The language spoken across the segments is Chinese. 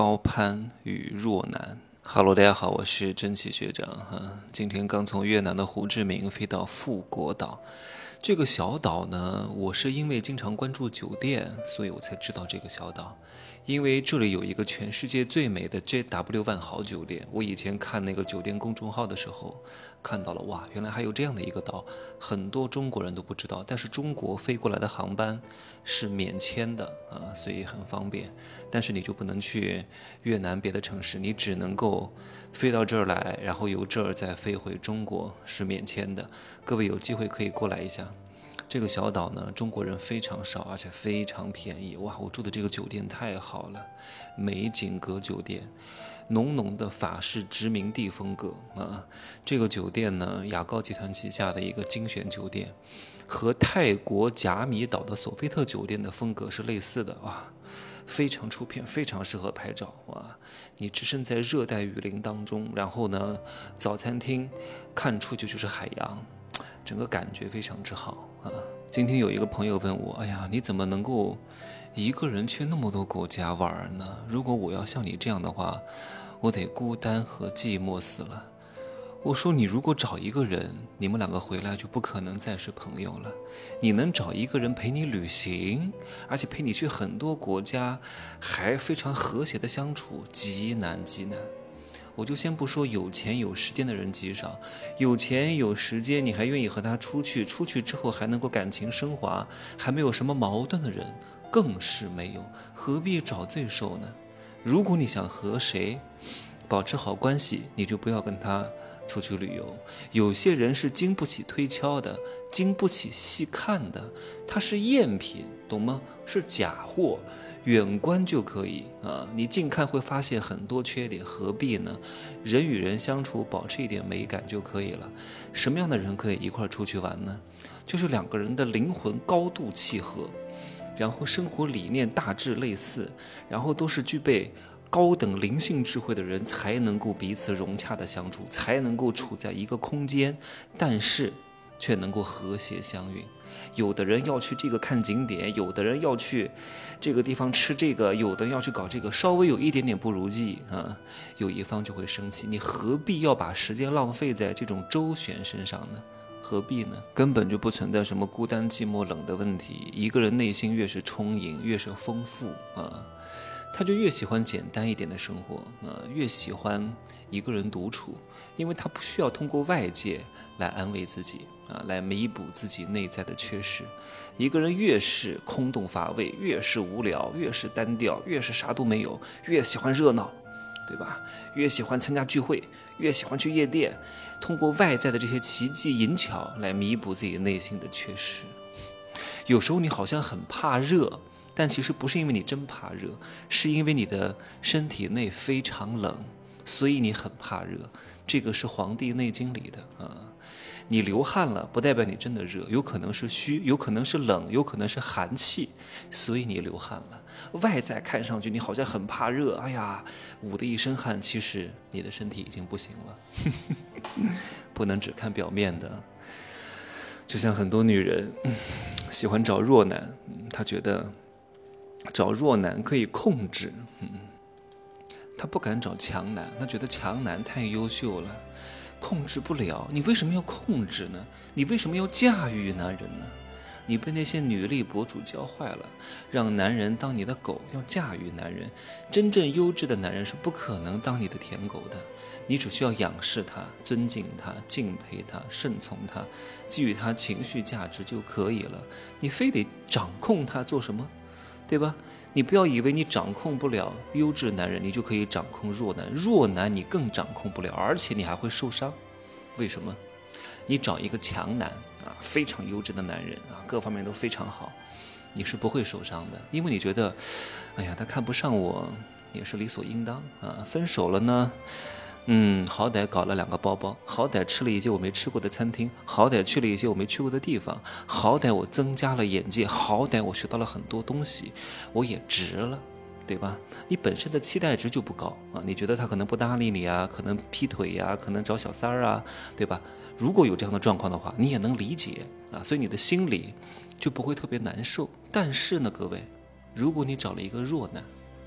高攀与若男。Hello， 大家好，我是真奇学长哈。今天刚从越南的胡志明飞到富国岛。这个小岛呢，我是因为经常关注酒店，所以我才知道这个小岛。因为这里有一个全世界最美的 JW 万豪酒店，我以前看那个酒店公众号的时候看到了，哇，原来还有这样的一个岛，很多中国人都不知道。但是中国飞过来的航班是免签的啊，所以很方便。但是你就不能去越南别的城市，你只能够飞到这儿来，然后由这儿再飞回中国，是免签的。各位有机会可以过来一下。这个小岛呢，中国人非常少，而且非常便宜。哇，我住的这个酒店太好了，美景阁酒店，浓浓的法式殖民地风格啊。这个酒店呢，雅高集团旗下的一个精选酒店，和泰国甲米岛的索菲特酒店的风格是类似的哇。非常出片，非常适合拍照哇！你置身在热带雨林当中，然后呢，早餐厅看出去就是海洋，整个感觉非常之好啊！今天有一个朋友问我，哎呀，你怎么能够一个人去那么多国家玩呢？如果我要像你这样的话，我得孤单和寂寞死了。我说你如果找一个人，你们两个回来就不可能再是朋友了。你能找一个人陪你旅行，而且陪你去很多国家，还非常和谐的相处，极难极难。我就先不说有钱有时间的人极少，有钱有时间你还愿意和他出去，出去之后还能够感情升华，还没有什么矛盾的人更是没有，何必找罪受呢？如果你想和谁保持好关系，你就不要跟他出去旅游。有些人是经不起推敲的，经不起细看的，他是赝品，懂吗？是假货，远观就可以啊，你近看会发现很多缺点，何必呢？人与人相处，保持一点美感就可以了。什么样的人可以一块出去玩呢？就是两个人的灵魂高度契合，然后生活理念大致类似，然后都是具备高等灵性智慧的人，才能够彼此融洽的相处，才能够处在一个空间，但是却能够和谐相运。有的人要去这个看景点，有的人要去这个地方吃这个，有的人要去搞这个，稍微有一点点不如意啊，有一方就会生气。你何必要把时间浪费在这种周旋身上呢？何必呢？根本就不存在什么孤单寂寞冷的问题。一个人内心越是充盈，越是丰富啊，他就越喜欢简单一点的生活越喜欢一个人独处，因为他不需要通过外界来安慰自己来弥补自己内在的缺失。一个人越是空洞乏味，越是无聊，越是单调，越是啥都没有，越喜欢热闹，对吧？越喜欢参加聚会，越喜欢去夜店，通过外在的这些奇技淫巧来弥补自己内心的缺失。有时候你好像很怕热，但其实不是因为你真怕热，是因为你的身体内非常冷，所以你很怕热。这个是《黄帝内经》里的啊。你流汗了，不代表你真的热，有可能是虚，有可能是冷，有可能是寒气，所以你流汗了。外在看上去你好像很怕热，哎呀，捂得一身汗，其实你的身体已经不行了。不能只看表面的。就像很多女人喜欢找弱男，她觉得找弱男可以控制，她不敢找强男，她觉得强男太优秀了，控制不了。你为什么要控制呢？你为什么要驾驭男人呢？你被那些女力博主教坏了，让男人当你的狗，要驾驭男人。真正优质的男人是不可能当你的舔狗的，你只需要仰视他，尊敬他，敬佩他，顺从他，给予他情绪价值就可以了。你非得掌控他做什么？对吧？你不要以为你掌控不了优质男人，你就可以掌控弱男。弱男你更掌控不了，而且你还会受伤。为什么？你找一个强男非常优质的男人各方面都非常好，你是不会受伤的，因为你觉得，哎呀，他看不上我也是理所应当分手了呢，好歹搞了2个包包，好歹吃了一些我没吃过的餐厅，好歹去了一些我没去过的地方，好歹我增加了眼界，好歹我学到了很多东西，我也值了，对吧？你本身的期待值就不高你觉得他可能不搭理你可能劈腿可能找小三儿对吧？如果有这样的状况的话，你也能理解所以你的心里就不会特别难受。但是呢，各位，如果你找了一个弱男，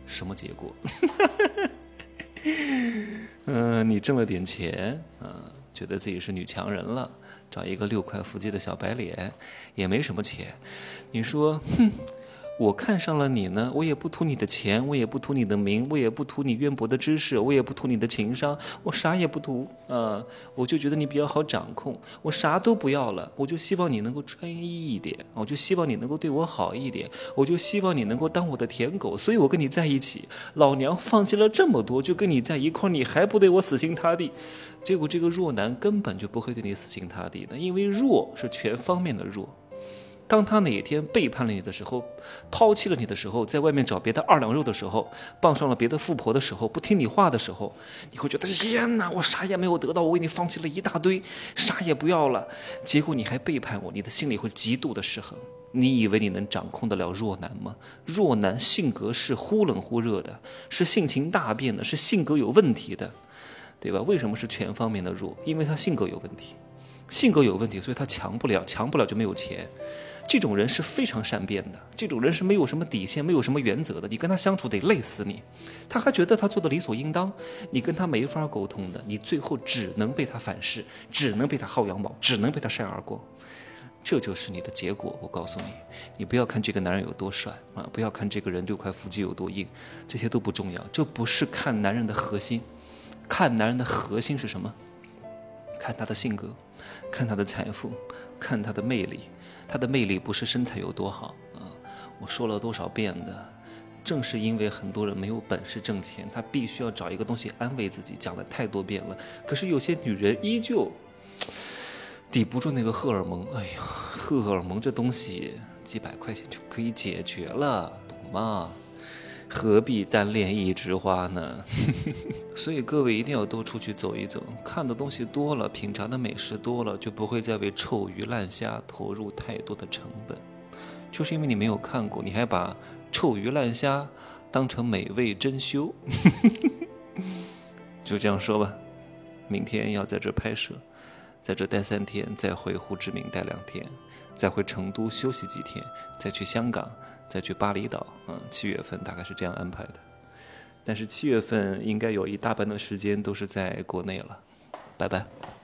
什么结果？你挣了点钱觉得自己是女强人了，找一个6块腹肌的小白脸，也没什么钱。你说，我看上了你呢，我也不图你的钱，我也不图你的名，我也不图你渊博的知识，我也不图你的情商，我啥也不图我就觉得你比较好掌控，我啥都不要了，我就希望你能够专一一点，我就希望你能够对我好一点，我就希望你能够当我的舔狗，所以我跟你在一起。老娘放弃了这么多，就跟你在一块，你还不对我死心塌地？结果这个弱男根本就不会对你死心塌地的，因为弱是全方面的弱。当他哪一天背叛了你的时候，抛弃了你的时候，在外面找别的2两肉的时候，傍上了别的富婆的时候，不听你话的时候，你会觉得天哪，我啥也没有得到，我为你放弃了一大堆，啥也不要了，结果你还背叛我，你的心里会极度的失衡。你以为你能掌控得了弱男吗？弱男性格是忽冷忽热的，是性情大变的，是性格有问题的，对吧？为什么是全方面的弱？因为他性格有问题，性格有问题，所以他强不了就没有钱。这种人是非常善变的，这种人是没有什么底线，没有什么原则的，你跟他相处得累死你。他还觉得他做的理所应当，你跟他没法沟通的，你最后只能被他反噬，只能被他薅羊毛，只能被他晒耳光。这就是你的结果。我告诉你，你不要看这个男人有多帅不要看这个人6块腹肌有多硬，这些都不重要，这不是看男人的核心。看男人的核心是什么？看他的性格，看他的财富，看他的魅力。他的魅力不是身材有多好我说了多少遍的，正是因为很多人没有本事挣钱，他必须要找一个东西安慰自己，讲了太多遍了。可是有些女人依旧抵不住那个荷尔蒙。哎呀，荷尔蒙这东西几百块钱就可以解决了，懂吗？何必单恋一枝花呢？所以各位一定要多出去走一走，看的东西多了，品尝的美食多了，就不会再为臭鱼烂虾投入太多的成本。就是因为你没有看过，你还把臭鱼烂虾当成美味珍馐。就这样说吧，明天要在这拍摄，在这待3天，再回胡志明待2天，再回成都休息几天，再去香港，再去巴厘岛7月份大概是这样安排的。但是7月份应该有一大半的时间都是在国内了。拜拜。